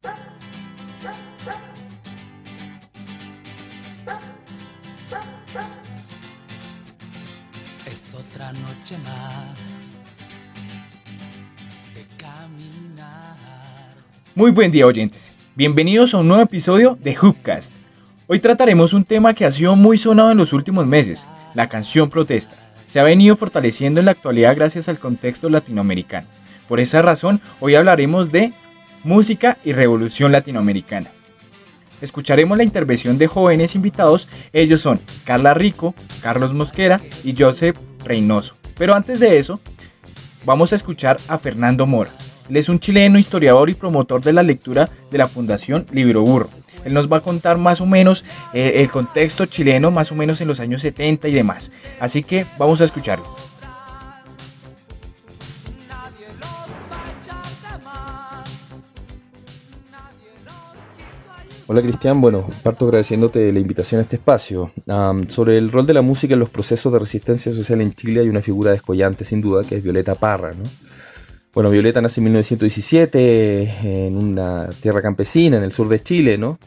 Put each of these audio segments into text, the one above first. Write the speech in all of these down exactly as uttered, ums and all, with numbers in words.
Es otra noche más de caminar. Muy buen día, oyentes. Bienvenidos a un nuevo episodio de Hoopcast. Hoy trataremos un tema que ha sido muy sonado en los últimos meses, la canción protesta. Se ha venido fortaleciendo en la actualidad gracias al contexto latinoamericano. Por esa razón, hoy hablaremos de música y revolución latinoamericana. Escucharemos la intervención de jóvenes invitados, ellos son Carla Rico, Carlos Mosquera y Joseph Reynoso. Pero antes de eso, vamos a escuchar a Fernando Mora. Él es un chileno, historiador y promotor de la lectura de la Fundación Libro Burro. Él nos va a contar más o menos eh, el contexto chileno, más o menos en los años setenta y demás. Así que vamos a escucharlo. Hola Cristian, bueno, parto agradeciéndote la invitación a este espacio. Um, sobre el rol de la música en los procesos de resistencia social en Chile hay una figura descollante sin duda, que es Violeta Parra, ¿no? Bueno, Violeta nace en mil novecientos diecisiete en una tierra campesina en el sur de Chile, ¿no?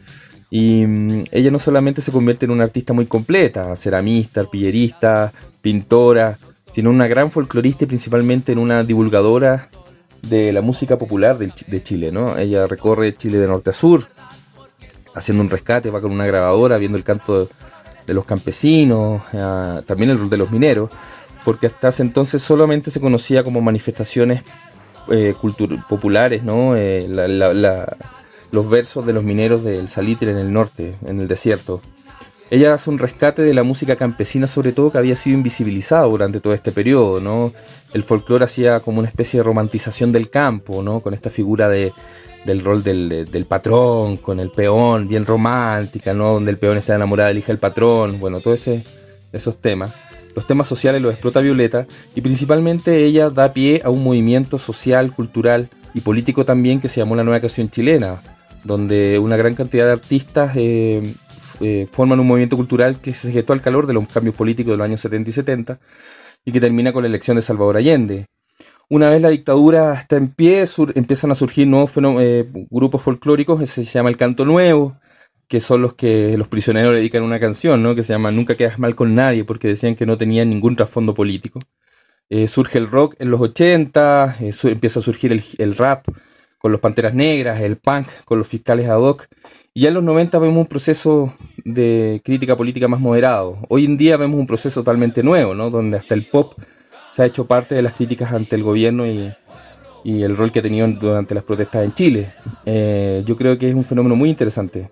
Y um, ella no solamente se convierte en una artista muy completa, ceramista, arpillerista, pintora, sino una gran folclorista y principalmente en una divulgadora de la música popular de, de Chile, ¿no? Ella recorre Chile de norte a sur, haciendo un rescate, va con una grabadora, viendo el canto de, de los campesinos, uh, también el rol de los mineros, porque hasta ese entonces solamente se conocía como manifestaciones eh, cultur- populares, ¿no? Eh, la, la, la, los versos de los mineros del Salitre en el norte, en el desierto. Ella hace un rescate de la música campesina, sobre todo, que había sido invisibilizada durante todo este periodo, ¿no? El folclore hacía como una especie de romantización del campo, ¿no? Con esta figura de del rol del, del patrón, con el peón, bien romántica, ¿no? Donde el peón está enamorado de la hija del patrón, bueno, todos ese, esos temas. Los temas sociales los explota Violeta y principalmente ella da pie a un movimiento social, cultural y político también que se llamó la Nueva Canción Chilena, donde una gran cantidad de artistas eh, eh, forman un movimiento cultural que se gestó al calor de los cambios políticos de los años setenta y setenta y que termina con la elección de Salvador Allende. Una vez la dictadura está en pie, sur, empiezan a surgir nuevos eh, grupos folclóricos, ese se llama el Canto Nuevo, que son los que los prisioneros le dedican una canción, ¿no? Que se llama Nunca quedas mal con nadie, porque decían que no tenían ningún trasfondo político. Eh, surge el rock en los ochenta, eh, su, empieza a surgir el, el rap con los Panteras Negras, el punk con los Fiscales Ad Hoc, y ya en los noventa vemos un proceso de crítica política más moderado. Hoy en día vemos un proceso totalmente nuevo, ¿no? Donde hasta el pop se ha hecho parte de las críticas ante el gobierno y, y el rol que ha tenido durante las protestas en Chile. Eh, yo creo que es un fenómeno muy interesante.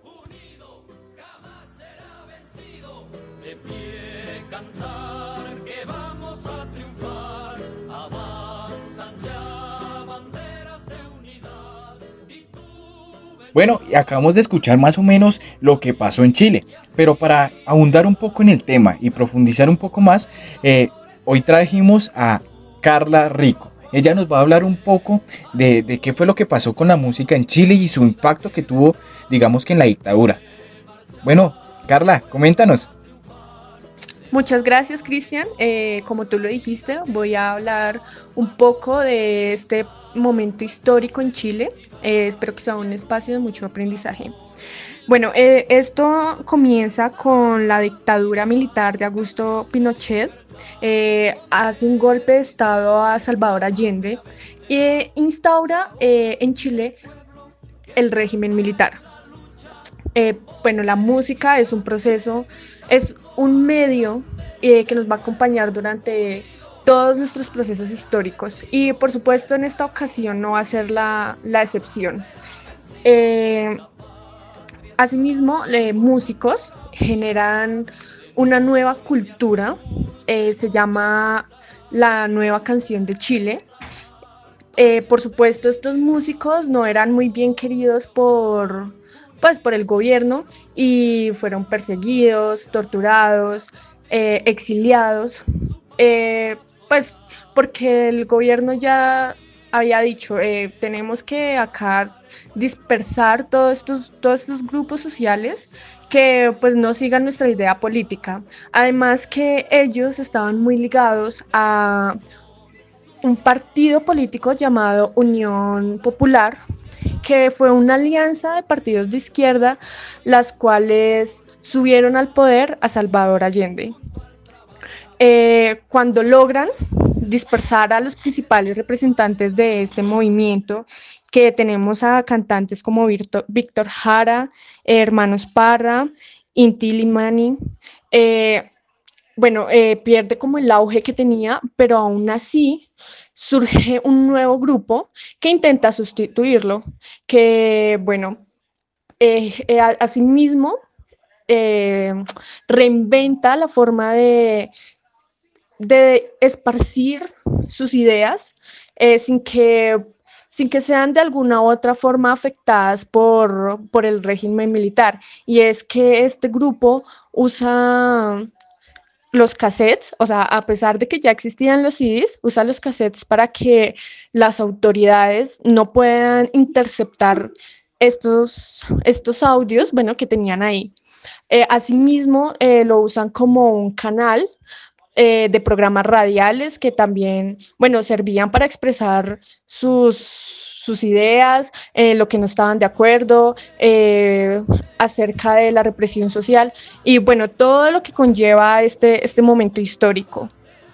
Bueno, acabamos de escuchar más o menos lo que pasó en Chile, pero para ahondar un poco en el tema y profundizar un poco más, eh, hoy trajimos a Carla Rico. Ella nos va a hablar un poco de, de qué fue lo que pasó con la música en Chile y su impacto que tuvo, digamos que en la dictadura. Bueno, Carla, coméntanos. Muchas gracias, Cristian. Eh, como tú lo dijiste, voy a hablar un poco de este momento histórico en Chile. Eh, espero que sea un espacio de mucho aprendizaje. Bueno, eh, esto comienza con la dictadura militar de Augusto Pinochet. Eh, hace un golpe de estado a Salvador Allende e instaura eh, en Chile el régimen militar. Eh, bueno, la música es un proceso, es un medio eh, que nos va a acompañar durante todos nuestros procesos históricos y por supuesto en esta ocasión no va a ser la, la excepción. Eh, asimismo, eh, músicos generan una nueva cultura, eh, se llama la Nueva Canción de Chile. Eh, por supuesto, estos músicos no eran muy bien queridos por, pues, por el gobierno y fueron perseguidos, torturados, eh, exiliados, eh, pues porque el gobierno ya había dicho, eh, tenemos que acá dispersar todos estos, todos estos grupos sociales que pues no sigan nuestra idea política. Además que ellos estaban muy ligados a un partido político llamado Unión Popular, que fue una alianza de partidos de izquierda, las cuales subieron al poder a Salvador Allende. Eh, cuando logran dispersar a los principales representantes de este movimiento, que tenemos a cantantes como Víctor, Víctor Jara, eh, Hermanos Parra, Inti Illimani, eh, bueno, eh, pierde como el auge que tenía, pero aún así surge un nuevo grupo que intenta sustituirlo, que bueno, eh, eh, asimismo eh, reinventa la forma de, de esparcir sus ideas eh, sin que sin que sean de alguna u otra forma afectadas por, por el régimen militar. Y es que este grupo usa los cassettes, o sea, a pesar de que ya existían los C Ds, usa los cassettes para que las autoridades no puedan interceptar estos, estos audios, bueno, que tenían ahí. Eh, asimismo, eh, lo usan como un canal eh, de programas radiales que también, bueno, servían para expresar sus, sus ideas, eh, lo que no estaban de acuerdo, eh, acerca de la represión social y, bueno, todo lo que conlleva este, este momento histórico.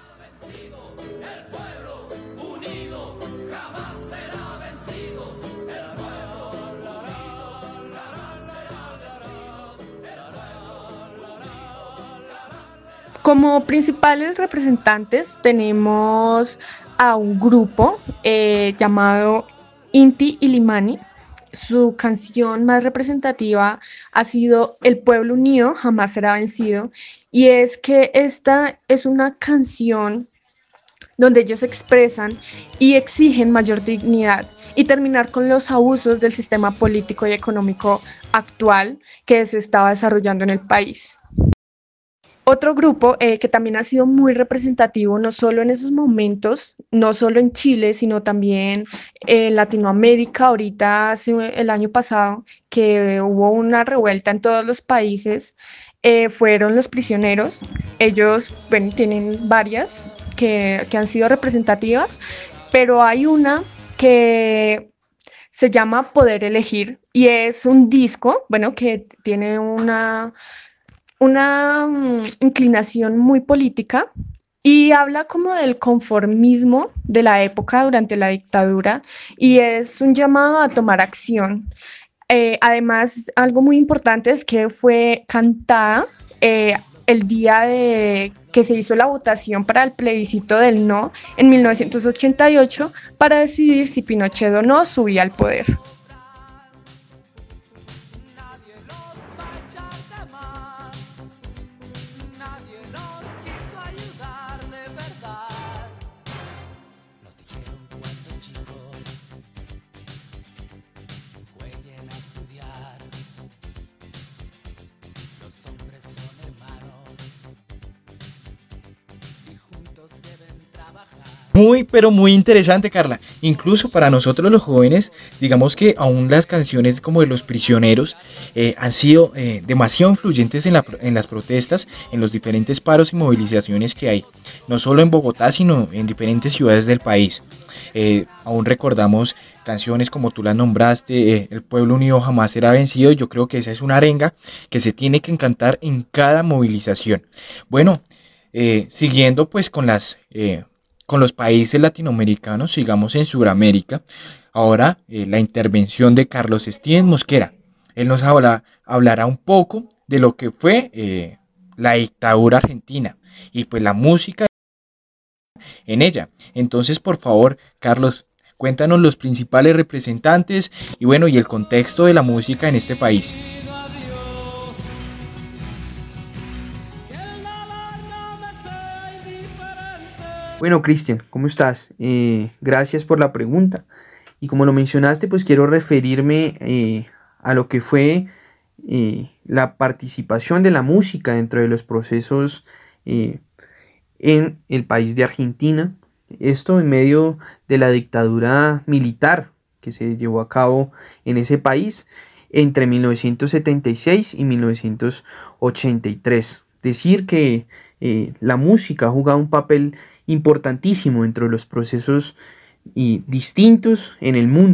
Como principales representantes tenemos a un grupo eh, llamado Inti Illimani. Su canción más representativa ha sido El pueblo unido jamás será vencido, y es que esta es una canción donde ellos expresan y exigen mayor dignidad y terminar con los abusos del sistema político y económico actual que se estaba desarrollando en el país. Otro grupo eh, que también ha sido muy representativo, no solo en esos momentos, no solo en Chile, sino también en Latinoamérica, ahorita hace el año pasado, que hubo una revuelta en todos los países, eh, fueron Los Prisioneros. Ellos, bueno, tienen varias que, que han sido representativas, pero hay una que se llama Poder Elegir y es un disco, bueno, que tiene una... una um, inclinación muy política y habla como del conformismo de la época durante la dictadura y es un llamado a tomar acción. Eh, además, algo muy importante es que fue cantada eh, el día de que se hizo la votación para el plebiscito del no en mil novecientos ochenta y ocho para decidir si Pinochet o no subía al poder. Muy, pero muy interesante, Carla. Incluso para nosotros los jóvenes, digamos que aún las canciones como de Los Prisioneros eh, han sido eh, demasiado influyentes en, la, en las protestas, en los diferentes paros y movilizaciones que hay, no solo en Bogotá, sino en diferentes ciudades del país. Eh, aún recordamos canciones como tú las nombraste, eh, El pueblo unido jamás será vencido. Yo creo que esa es una arenga que se tiene que cantar en cada movilización. Bueno, eh, siguiendo pues con las... Eh, con los países latinoamericanos, sigamos en Sudamérica. Ahora eh, la intervención de Carlos Steven Mosquera. Él nos habla, hablará un poco de lo que fue eh, la dictadura argentina y pues la música en ella. Entonces, por favor, Carlos, cuéntanos los principales representantes y bueno, y el contexto de la música en este país. Bueno, Cristian, ¿cómo estás? Eh, gracias por la pregunta. Y como lo mencionaste, pues quiero referirme eh, a lo que fue eh, la participación de la música dentro de los procesos eh, en el país de Argentina. Esto en medio de la dictadura militar que se llevó a cabo en ese país entre mil novecientos setenta y seis y mil novecientos ochenta y tres. Decir que eh, la música ha jugado un papel importantísimo dentro de los procesos y distintos en el mundo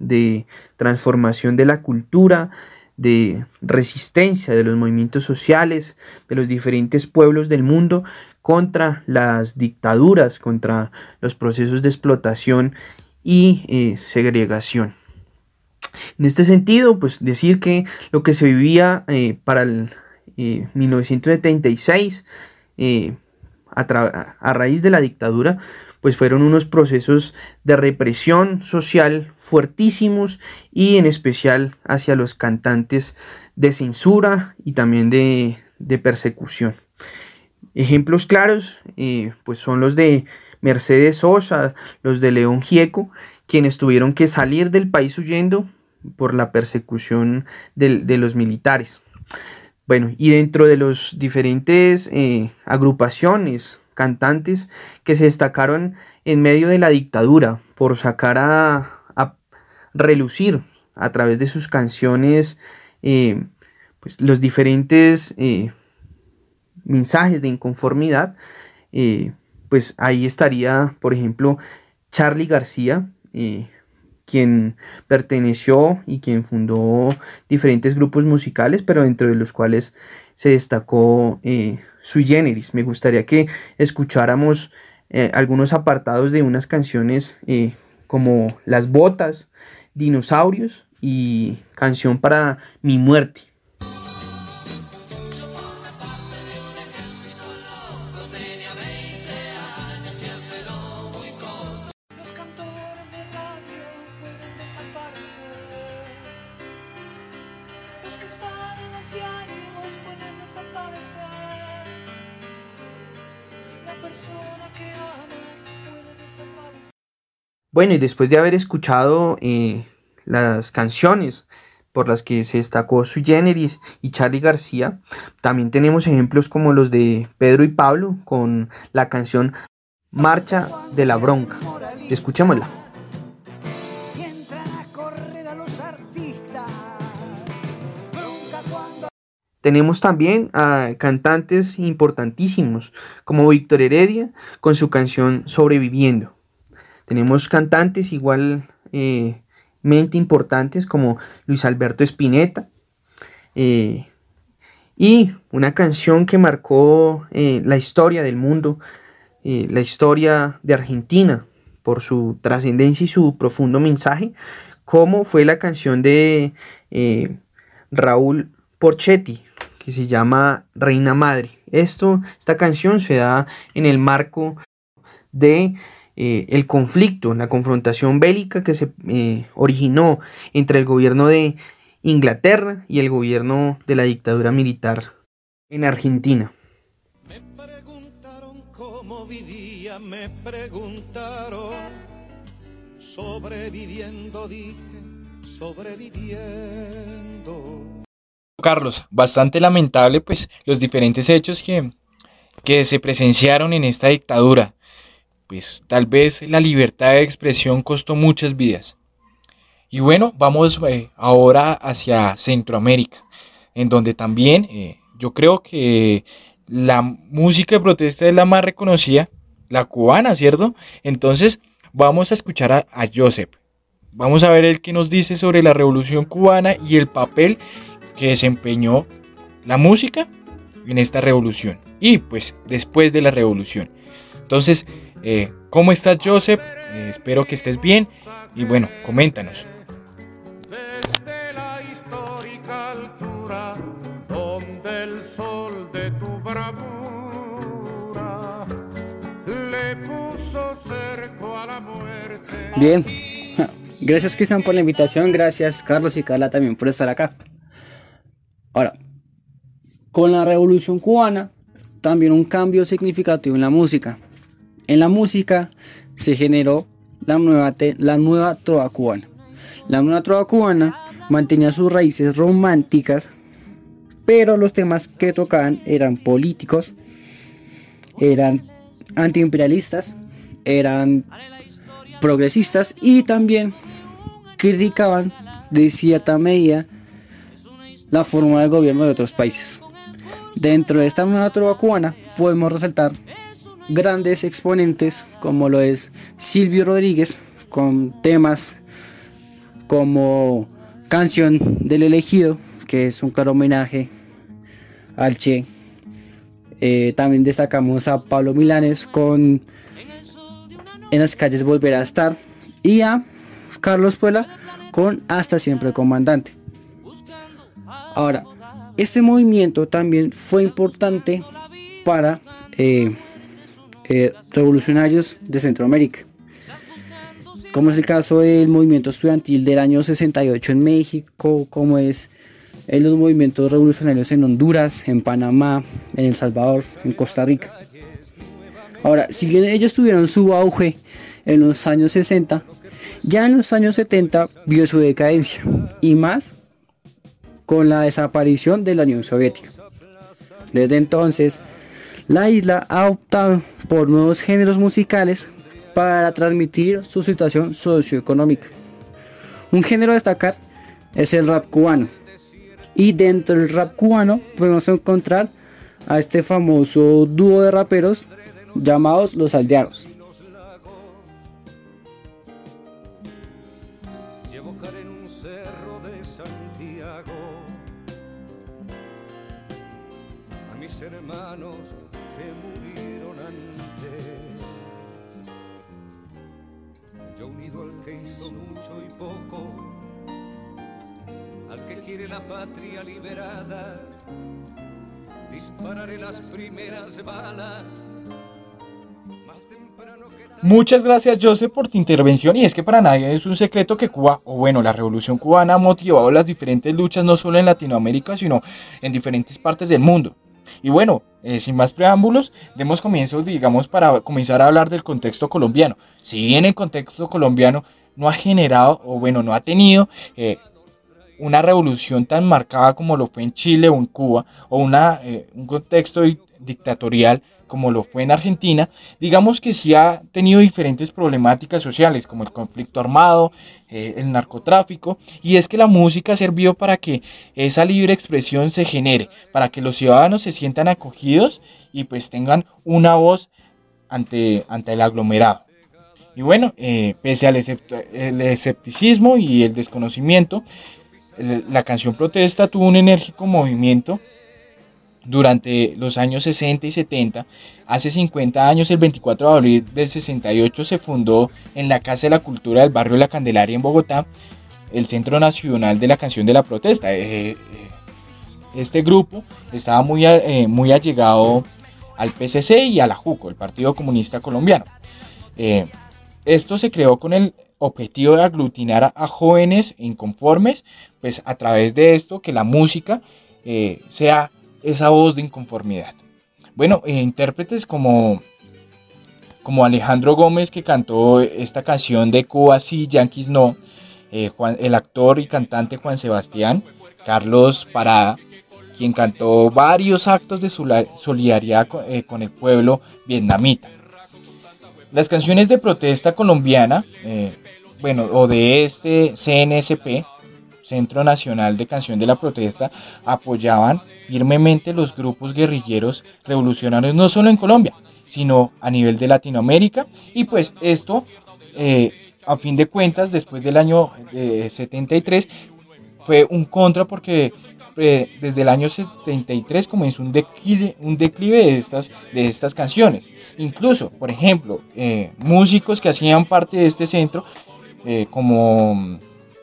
de transformación de la cultura, de resistencia de los movimientos sociales, de los diferentes pueblos del mundo contra las dictaduras, contra los procesos de explotación y eh, segregación. En este sentido, pues decir que lo que se vivía eh, para el eh, mil novecientos setenta y seis, eh, a, tra- a raíz de la dictadura, pues fueron unos procesos de represión social fuertísimos y en especial hacia los cantantes, de censura y también de, de persecución. Ejemplos claros eh, pues son los de Mercedes Sosa, los de León Gieco, quienes tuvieron que salir del país huyendo por la persecución de, de los militares. Bueno, y dentro de los diferentes eh, agrupaciones, cantantes que se destacaron en medio de la dictadura por sacar a, a relucir a través de sus canciones eh, pues los diferentes eh, mensajes de inconformidad, eh, pues ahí estaría, por ejemplo, Charly García, eh, quien perteneció y quien fundó diferentes grupos musicales, pero dentro de los cuales se destacó eh, Sui Generis. Me gustaría que escucháramos eh, algunos apartados de unas canciones eh, como Las Botas, Dinosaurios y Canción para mi muerte. Bueno, y después de haber escuchado eh, las canciones por las que se destacó Sui Generis y Charly García, también tenemos ejemplos como los de Pedro y Pablo con la canción Marcha de la Bronca. Escuchémosla. Tenemos también a cantantes importantísimos como Víctor Heredia con su canción Sobreviviendo. Tenemos cantantes igualmente eh, importantes como Luis Alberto Spinetta. Eh, y una canción que marcó eh, la historia del mundo, eh, la historia de Argentina, por su trascendencia y su profundo mensaje, como fue la canción de eh, Raúl Porchetti, que se llama Reina Madre. Esto, esta canción se da en el marco de Eh, el conflicto, la confrontación bélica que se eh, originó entre el gobierno de Inglaterra y el gobierno de la dictadura militar en Argentina. Me preguntaron cómo vivía, me preguntaron, sobreviviendo dije, sobreviviendo. Carlos, bastante lamentable pues los diferentes hechos que, que se presenciaron en esta dictadura. Pues tal vez la libertad de expresión costó muchas vidas. Y bueno, vamos eh, ahora hacia Centroamérica, en donde también eh, yo creo que la música de protesta es la más reconocida, la cubana, ¿cierto? Entonces vamos a escuchar a, a Joseph. Vamos a ver el que nos dice sobre la Revolución Cubana y el papel que desempeñó la música en esta revolución y pues después de la revolución. Entonces, Eh, ¿cómo estás, Joseph? Eh, espero que estés bien y bueno, coméntanos. Desde la histórica altura donde el sol de tu bravura le puso cerco a la muerte. Bien, gracias Cristian por la invitación, gracias Carlos y Carla también por estar acá. Ahora, con la Revolución Cubana, también un cambio significativo en la música. En la música se generó la nueva, te- la nueva trova cubana. La nueva trova cubana mantenía sus raíces románticas, pero los temas que tocaban eran políticos, eran antiimperialistas, eran progresistas y también criticaban de cierta medida la forma de gobierno de otros países. Dentro de esta nueva trova cubana podemos resaltar grandes exponentes como lo es Silvio Rodríguez con temas como Canción del Elegido, que es un claro homenaje al Che. Eh, también destacamos a Pablo Milanés con En las calles volverá a estar, y a Carlos Puela con Hasta siempre comandante. Ahora, este movimiento también fue importante para eh, eh, revolucionarios de Centroamérica, como es el caso del movimiento estudiantil del año sesenta y ocho en México, como es en los movimientos revolucionarios en Honduras, en Panamá, en El Salvador, en Costa Rica. Ahora, si bien ellos tuvieron su auge en los años sesenta, ya en los años setenta vio su decadencia, y más con la desaparición de la Unión Soviética. Desde entonces, la isla ha optado por nuevos géneros musicales para transmitir su situación socioeconómica. Un género a destacar es el rap cubano, y dentro del rap cubano podemos encontrar a este famoso dúo de raperos llamados Los Aldeanos. Llevo cara en un cerro de Santiago a mis hermanos que murieron antes. Yo unido al que hizo mucho y poco, al que quiere la patria liberada, dispararé las primeras balas. Muchas gracias, Joseph, por tu intervención. Y es que para nadie es un secreto que Cuba, o bueno, la Revolución Cubana ha motivado las diferentes luchas no solo en Latinoamérica, sino en diferentes partes del mundo. Y bueno, eh, sin más preámbulos, demos comienzo, digamos, para comenzar a hablar del contexto colombiano. Si bien el contexto colombiano no ha generado, o bueno, no ha tenido eh, una revolución tan marcada como lo fue en Chile o en Cuba, o una, eh, un contexto dictatorial como lo fue en Argentina, digamos que sí ha tenido diferentes problemáticas sociales, como el conflicto armado, eh, el narcotráfico, y es que la música ha servido para que esa libre expresión se genere, para que los ciudadanos se sientan acogidos y pues tengan una voz ante, ante el aglomerado. Y bueno, eh, pese al escept- el escepticismo y el desconocimiento, el, la canción protesta tuvo un enérgico movimiento durante los años sesenta y setenta. Hace cincuenta años, el veinticuatro de abril del sesenta y ocho, se fundó en la Casa de la Cultura del barrio La Candelaria en Bogotá el Centro Nacional de la Canción de la Protesta. Eh, este grupo estaba muy, eh, muy allegado al P C C y a la JUCO, el Partido Comunista Colombiano. Eh, esto se creó con el objetivo de aglutinar a, a jóvenes inconformes, pues a través de esto que la música eh, sea esa voz de inconformidad. Bueno, eh, intérpretes como, como Alejandro Gómez, que cantó esta canción de Cuba sí, Yankees no, eh, Juan, el actor y cantante Juan Sebastián, Carlos Parada, quien cantó varios actos de solidaridad con, eh, con el pueblo vietnamita. Las canciones de protesta colombiana, eh, bueno, o de este C N S P, Centro Nacional de Canción de la Protesta, apoyaban firmemente los grupos guerrilleros revolucionarios no solo en Colombia, sino a nivel de Latinoamérica. Y pues esto, eh, a fin de cuentas, después del año eh, setenta y tres, fue un contra porque eh, desde el año setenta y tres comenzó un declive, un declive de, estas, de estas canciones. Incluso, por ejemplo, eh, músicos que hacían parte de este centro, eh, como...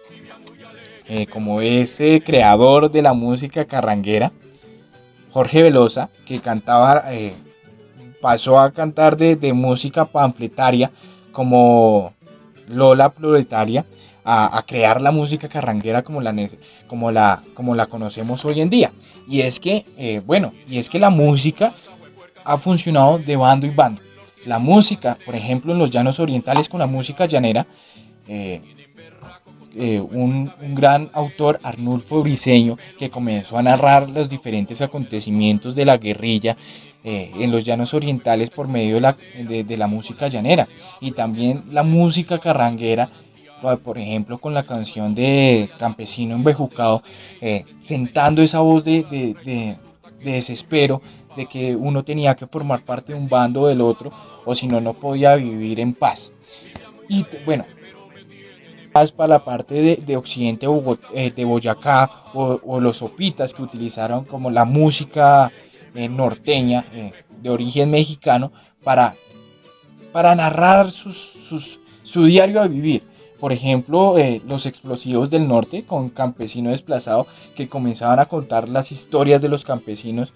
Eh, como ese creador de la música carranguera, Jorge Velosa, que cantaba, eh, pasó a cantar de, de música panfletaria como Lola Proletaria, a, a crear la música carranguera como la, como, la, como la conocemos hoy en día. Y es que, eh, bueno, y es que la música ha funcionado de bando y bando. La música, por ejemplo, en los llanos orientales con la música llanera, eh, Eh, un, un gran autor, Arnulfo Briceño, que comenzó a narrar los diferentes acontecimientos de la guerrilla eh, en los llanos orientales por medio de la, de, de la música llanera, y también la música carranguera, por ejemplo con la canción de Campesino Embejucado, eh, sentando esa voz de, de, de, de desespero, de que uno tenía que formar parte de un bando o del otro, o si no, no podía vivir en paz. Y bueno, para la parte de, de occidente Bogotá, eh, de Boyacá, o, o los sopitas que utilizaron como la música eh, norteña eh, de origen mexicano para, para narrar sus, sus, su diario a vivir. Por ejemplo, eh, los explosivos del norte con Campesino Desplazado, que comenzaban a contar las historias de los campesinos,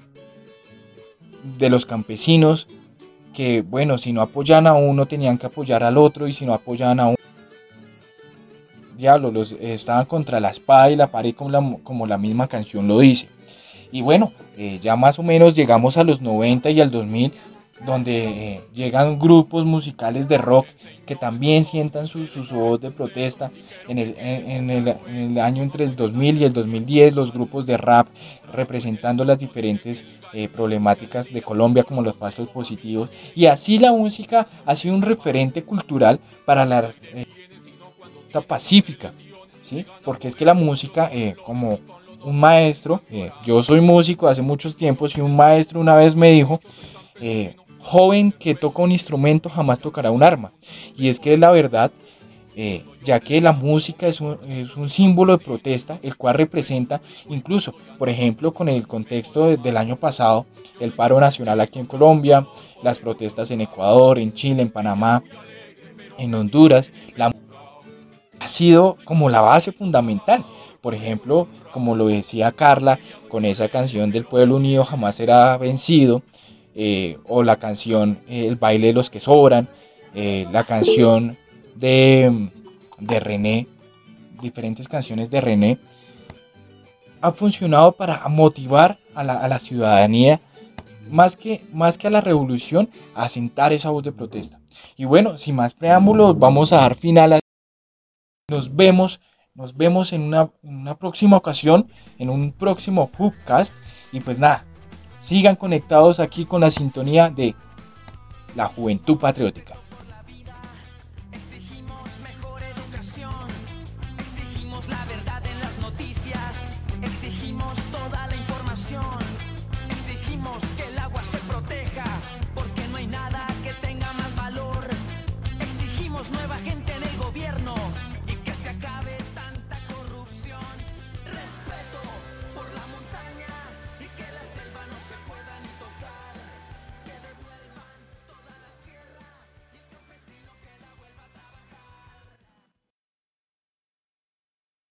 de los campesinos que, bueno, si no apoyaban a uno tenían que apoyar al otro, y si no apoyaban a uno, diablo, los, eh, estaban contra la espada y la pared, como la, como la misma canción lo dice. Y bueno, eh, ya más o menos llegamos a los noventa y al dos mil, donde eh, llegan grupos musicales de rock que también sientan su, su, su voz de protesta. En el, en, en, el, en el año entre el dos mil y el dos mil diez, los grupos de rap representando las diferentes eh, problemáticas de Colombia, como los falsos positivos, y así la música ha sido un referente cultural para la eh, pacífica, ¿sí? Porque es que la música, eh, como un maestro, eh, yo soy músico hace muchos tiempos, y un maestro una vez me dijo, eh, joven que toca un instrumento jamás tocará un arma. Y es que es la verdad, eh, ya que la música es un, es un símbolo de protesta, el cual representa, incluso, por ejemplo, con el contexto de, del año pasado, el paro nacional aquí en Colombia, las protestas en Ecuador, en Chile, en Panamá, en Honduras, la música ha sido como la base fundamental. Por ejemplo, como lo decía Carla, con esa canción del Pueblo Unido jamás será vencido, eh, o la canción eh, El baile de los que sobran, eh, la canción de, de René, diferentes canciones de René, ha funcionado para motivar a la, a la ciudadanía, más que, más que a la revolución, a sentar esa voz de protesta. Y bueno, sin más preámbulos, vamos a dar final a... Nos vemos, nos vemos en una, en una próxima ocasión, en un próximo Hoopcast. Y pues nada, sigan conectados aquí con la sintonía de la Juventud Patriótica.